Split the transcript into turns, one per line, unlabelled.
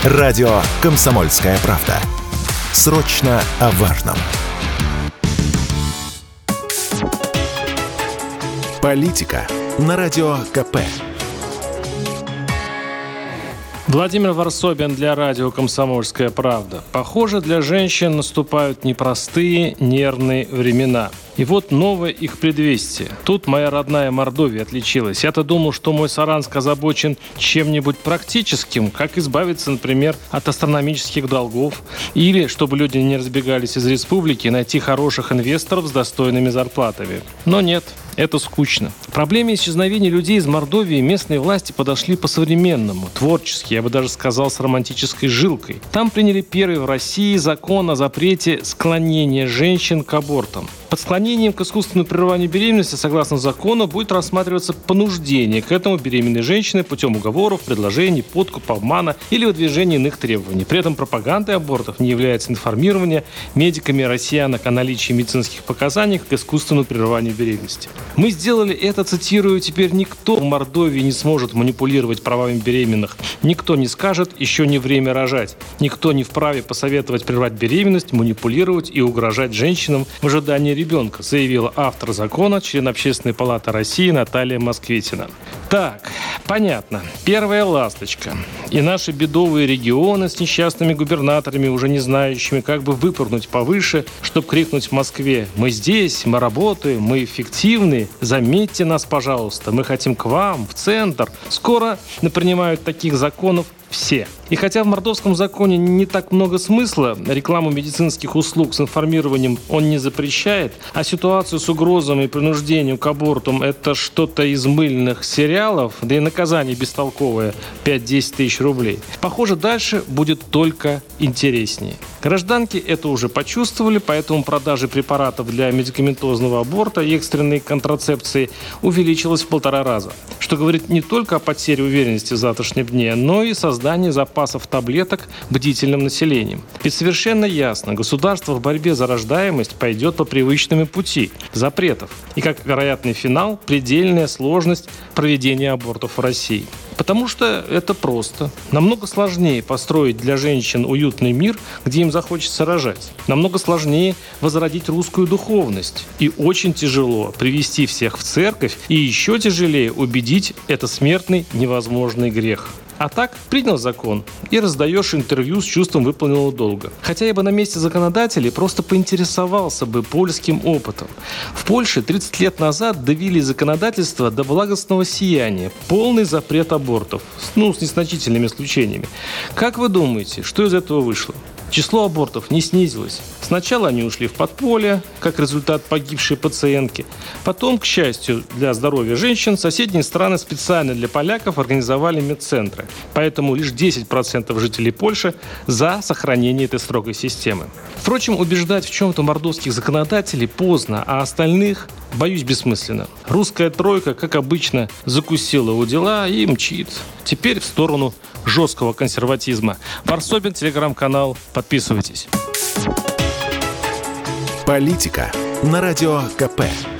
Радио «Комсомольская правда». Срочно о важном. Политика на Радио КП.
Владимир Варсобин для радио «Комсомольская правда». Похоже, для женщин наступают непростые нервные времена. И вот новое их предвестие. Тут моя родная Мордовия отличилась. Я-то думал, что мой Саранск озабочен чем-нибудь практическим, как избавиться, например, от астрономических долгов, или, чтобы люди не разбегались из республики, найти хороших инвесторов с достойными зарплатами. Но нет, это скучно. К проблеме исчезновения людей из Мордовии местные власти подошли по-современному, творчески, я бы даже сказал, с романтической жилкой. Там приняли первый в России закон о запрете склонения женщин к абортам. Под склонением к искусственному прерыванию беременности, согласно закону, будет рассматриваться понуждение к этому беременной женщины путем уговоров, предложений, подкупа, обмана или выдвижения иных требований. При этом пропагандой абортов не является информирование медиками россиян о наличии медицинских показаний к искусственному прерыванию беременности. Мы сделали это, цитирую, теперь никто в Мордовии не сможет манипулировать правами беременных. Никто не скажет, еще не время рожать. Никто не вправе посоветовать прервать беременность, манипулировать и угрожать женщинам в ожидании ребенка, заявила автор закона, член Общественной палаты России Наталья Москвитина. Так, понятно. Первая ласточка. И наши бедовые регионы с несчастными губернаторами, уже не знающими, как бы выпрыгнуть повыше, чтобы крикнуть в Москве: «Мы здесь, мы работаем, мы эффективны, заметьте нас, пожалуйста, мы хотим к вам, в центр». Скоро напринимают таких законов все. И хотя в мордовском законе не так много смысла, рекламу медицинских услуг с информированием он не запрещает, а ситуацию с угрозами и принуждением к абортам — это что-то из мыльных сериалов, да и наказание бестолковое — 5-10 тысяч рублей. Похоже, дальше будет только интереснее. Гражданки это уже почувствовали, поэтому продажи препаратов для медикаментозного аборта и экстренной контрацепции увеличилась в 1,5 раза. Что говорит не только о потере уверенности в завтрашнем дне, но и создании запасов таблеток бдительным населением. Ведь совершенно ясно, государство в борьбе за рождаемость пойдет по привычному пути – запретов. И как вероятный финал – предельная сложность проведения абортов в России. Потому что это просто. Намного сложнее построить для женщин уютный мир, где им захочется рожать. Намного сложнее возродить русскую духовность. И очень тяжело привести всех в церковь, и еще тяжелее убедить – это смертный невозможный грех. А так, принял закон и раздаешь интервью с чувством выполненного долга. Хотя я бы на месте законодателей просто поинтересовался бы польским опытом. В Польше 30 лет назад довели законодательство до благостного сияния. Полный запрет абортов. С незначительными исключениями. Как вы думаете, что из этого вышло? Число абортов не снизилось. Сначала они ушли в подполье, как результат погибшей пациентки. Потом, к счастью для здоровья женщин, соседние страны специально для поляков организовали медцентры. Поэтому лишь 10% жителей Польши за сохранение этой строгой системы. Впрочем, убеждать в чем-то мордовских законодателей поздно, а остальных, боюсь, бессмысленно. Русская тройка, как обычно, закусила у дела и мчит. Теперь в сторону жесткого консерватизма. Варсобин, телеграм-канал. Подписывайтесь.
Политика на Радио КП.